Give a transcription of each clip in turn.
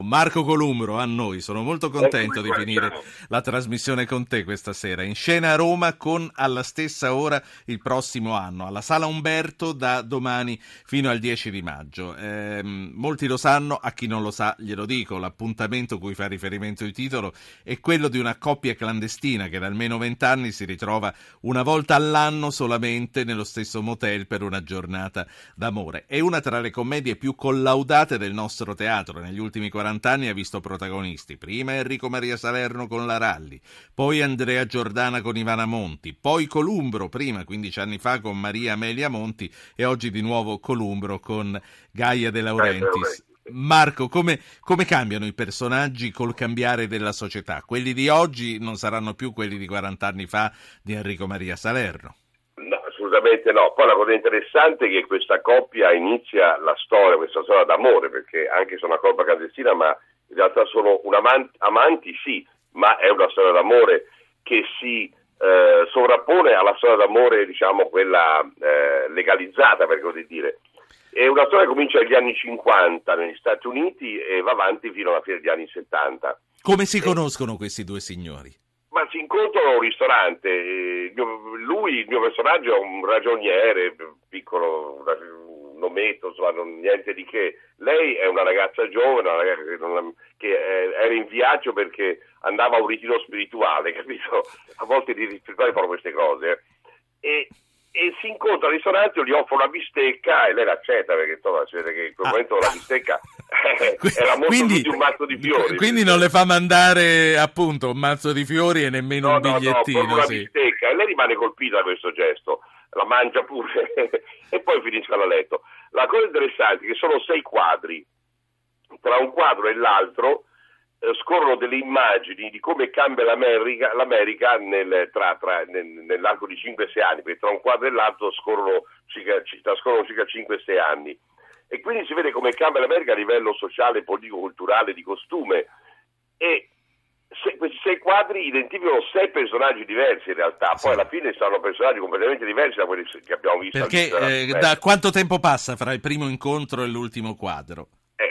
Marco Columbro a noi, sono molto contento di finire Ciao. la trasmissione con te questa sera. In scena a Roma con alla stessa ora il prossimo anno, alla Sala Umberto da domani fino al 10 di maggio. Molti lo sanno, a chi non lo sa glielo dico, l'appuntamento cui fa riferimento il titolo è quello di una coppia clandestina che da almeno 20 anni si ritrova una volta all'anno solamente nello stesso motel per una giornata d'amore. È una tra le commedie più collaudate del nostro teatro. Negli ultimi 40 anni ha visto protagonisti prima Enrico Maria Salerno con la Ralli, poi Andrea Giordana con Ivana Monti, poi Columbro prima 15 anni fa con Maria Amelia Monti e oggi di nuovo Columbro con Gaia De Laurentiis. Marco, come cambiano i personaggi col cambiare della società? Quelli di oggi non saranno più quelli di 40 anni fa di Enrico Maria Salerno. No, assolutamente no. Poi la cosa interessante è che questa coppia inizia la storia, questa storia d'amore, perché anche se è una coppia clandestina, ma in realtà sono amanti, sì, ma è una storia d'amore che si sovrappone alla storia d'amore, diciamo, quella legalizzata, per così dire. È una storia che comincia negli anni 50 negli Stati Uniti e va avanti fino alla fine degli anni 70. Come si conoscono questi due signori? Ma si incontrano a un ristorante, il mio personaggio è un ragioniere, piccolo nometto, insomma, niente di che. Lei è una ragazza giovane, una ragazza che era in viaggio perché andava a un ritiro spirituale, capito? A volte i ritiri spirituali fanno queste cose. E si incontra al ristorante, io gli offro una bistecca e lei l'accetta perché insomma si vede che in quel momento la bistecca era molto più di un mazzo di fiori. Quindi non le fa mandare appunto un mazzo di fiori e nemmeno un bigliettino. No, una bistecca, e lei rimane colpita da questo gesto, la mangia pure e poi finiscono a letto. La cosa interessante è che sono 6 quadri, tra un quadro e l'altro scorrono delle immagini di come cambia l'America nell'arco di 5-6 anni, perché tra un quadro e l'altro trascorrono circa 5-6 anni. E quindi si vede come cambia l'America a livello sociale, politico, culturale, di costume. E questi 6 quadri identificano 6 personaggi diversi in realtà, poi alla fine saranno personaggi completamente diversi da quelli che abbiamo visto. Perché da quanto tempo passa fra il primo incontro e l'ultimo quadro?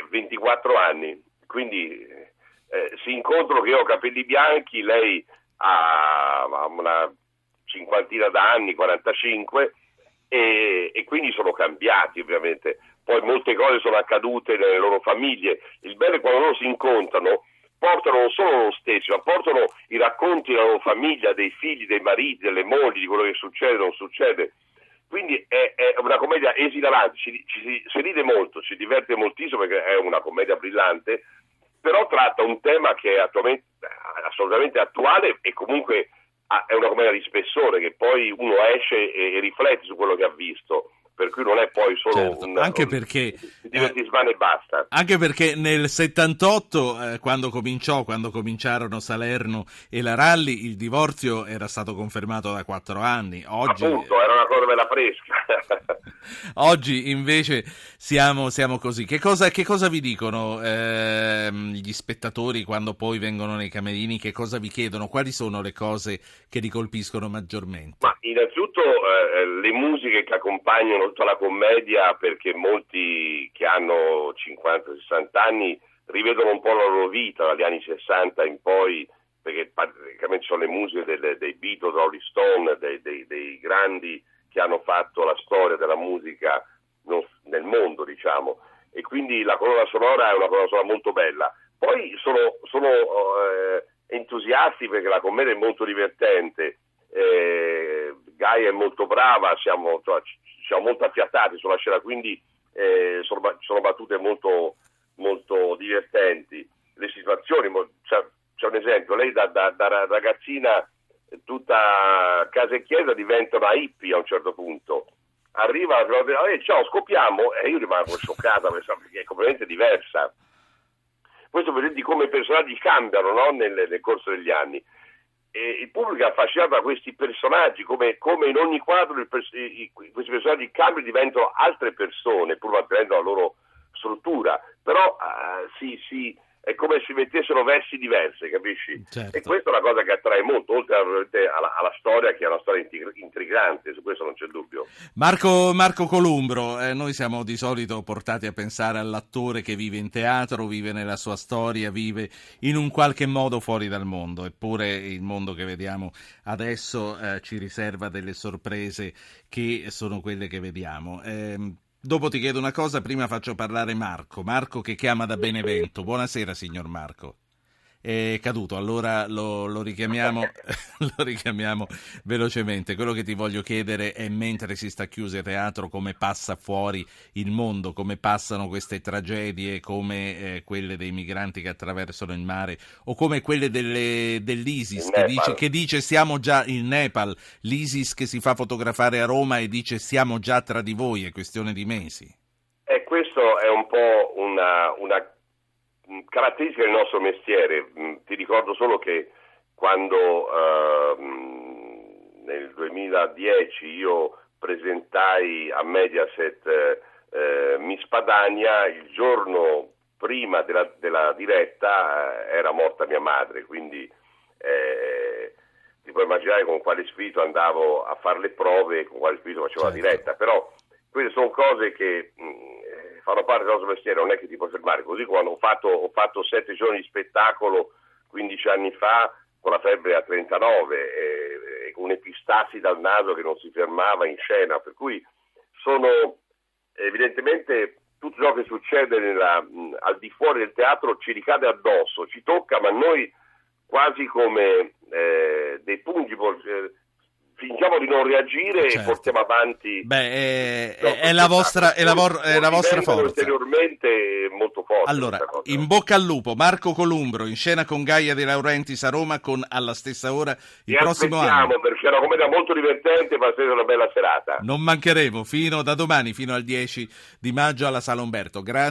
24 anni, quindi si incontrano che io ho capelli bianchi, lei ha una cinquantina d'anni, 45, e quindi sono cambiati ovviamente. Poi molte cose sono accadute nelle loro famiglie. Il bello è quando loro si incontrano, portano non solo loro stessi, ma portano i racconti della loro famiglia, dei figli, dei mariti, delle mogli, di quello che succede o non succede. Quindi è una commedia esilarante, si ride molto, si diverte moltissimo perché è una commedia brillante, però tratta un tema che è assolutamente attuale e comunque è una commedia di spessore che poi uno esce e riflette su quello che ha visto. Per cui non è poi solo anche perché divertismo e basta. Anche perché nel 78, quando cominciarono Salerno e la Ralli, il divorzio era stato confermato da 4 anni. Oggi, appunto, era una cosa bella fresca. Oggi invece siamo così. Che cosa vi dicono gli spettatori quando poi vengono nei camerini? Che cosa vi chiedono? Quali sono le cose che li colpiscono maggiormente? Ma innanzitutto le musiche che accompagnano tutta la commedia, perché molti che hanno 50-60 anni rivedono un po' la loro vita dagli anni 60 in poi, perché praticamente sono le musiche dei Beatles, Rolling Stone, dei grandi che hanno fatto la storia della musica nel mondo, diciamo, e quindi la colonna sonora è una colonna sonora molto bella. Poi sono entusiasti perché la commedia è molto divertente, Gaia è molto brava, siamo molto affiatati sulla scena, quindi sono battute molto, molto divertenti. Le situazioni, c'è un esempio, lei da ragazzina tutta casa e chiesa diventa una hippie a un certo punto, arriva ciao, scoppiamo, e io rimango scioccata perché è completamente diversa. Questo per dire come i personaggi cambiano, no? nel corso degli anni. E il pubblico è affascinato da questi personaggi, come in ogni quadro questi personaggi cambiano e diventano altre persone, pur mantenendo la loro struttura, però è come se mettessero versi diversi, capisci? Certo. E questa è una cosa che attrae molto, oltre alla storia, che è una storia intrigante, su questo non c'è dubbio. Marco Columbro, noi siamo di solito portati a pensare all'attore che vive in teatro, vive nella sua storia, vive in un qualche modo fuori dal mondo, eppure il mondo che vediamo adesso ci riserva delle sorprese che sono quelle che vediamo. Dopo ti chiedo una cosa, prima faccio parlare Marco che chiama da Benevento. Buonasera signor Marco. È caduto, allora lo richiamiamo lo richiamiamo velocemente. Quello che ti voglio chiedere è, mentre si sta chiuso il teatro, come passa fuori il mondo, come passano queste tragedie come quelle dei migranti che attraversano il mare, o come quelle dell'ISIS che dice siamo già in Nepal, l'ISIS che si fa fotografare a Roma e dice siamo già tra di voi, è questione di mesi. E questo è un po' una caratteristica del nostro mestiere. Ti ricordo solo che quando nel 2010 io presentai a Mediaset Miss Padania, il giorno prima della diretta era morta mia madre, quindi ti puoi immaginare con quale spirito andavo a fare le prove e con quale spirito facevo la diretta. Però queste sono cose che fanno parte del nostro mestiere, non è che ti puoi fermare. Così quando ho fatto 7 giorni di spettacolo 15 anni fa con la febbre a 39 e con un'epistasi dal naso che non si fermava in scena, per cui sono evidentemente tutto ciò che succede al di fuori del teatro ci ricade addosso, ci tocca, ma noi quasi come dei punghi fingiamo di non reagire e portiamo avanti. È la vostra forza. Ulteriormente molto forte. Allora, in bocca al lupo, Marco Columbro in scena con Gaia De Laurentiis a Roma con Alla stessa ora il prossimo anno. Perché è una commedia molto divertente, passate una bella serata. Non mancheremo da domani fino al 10 di maggio alla Sala Umberto. Grazie.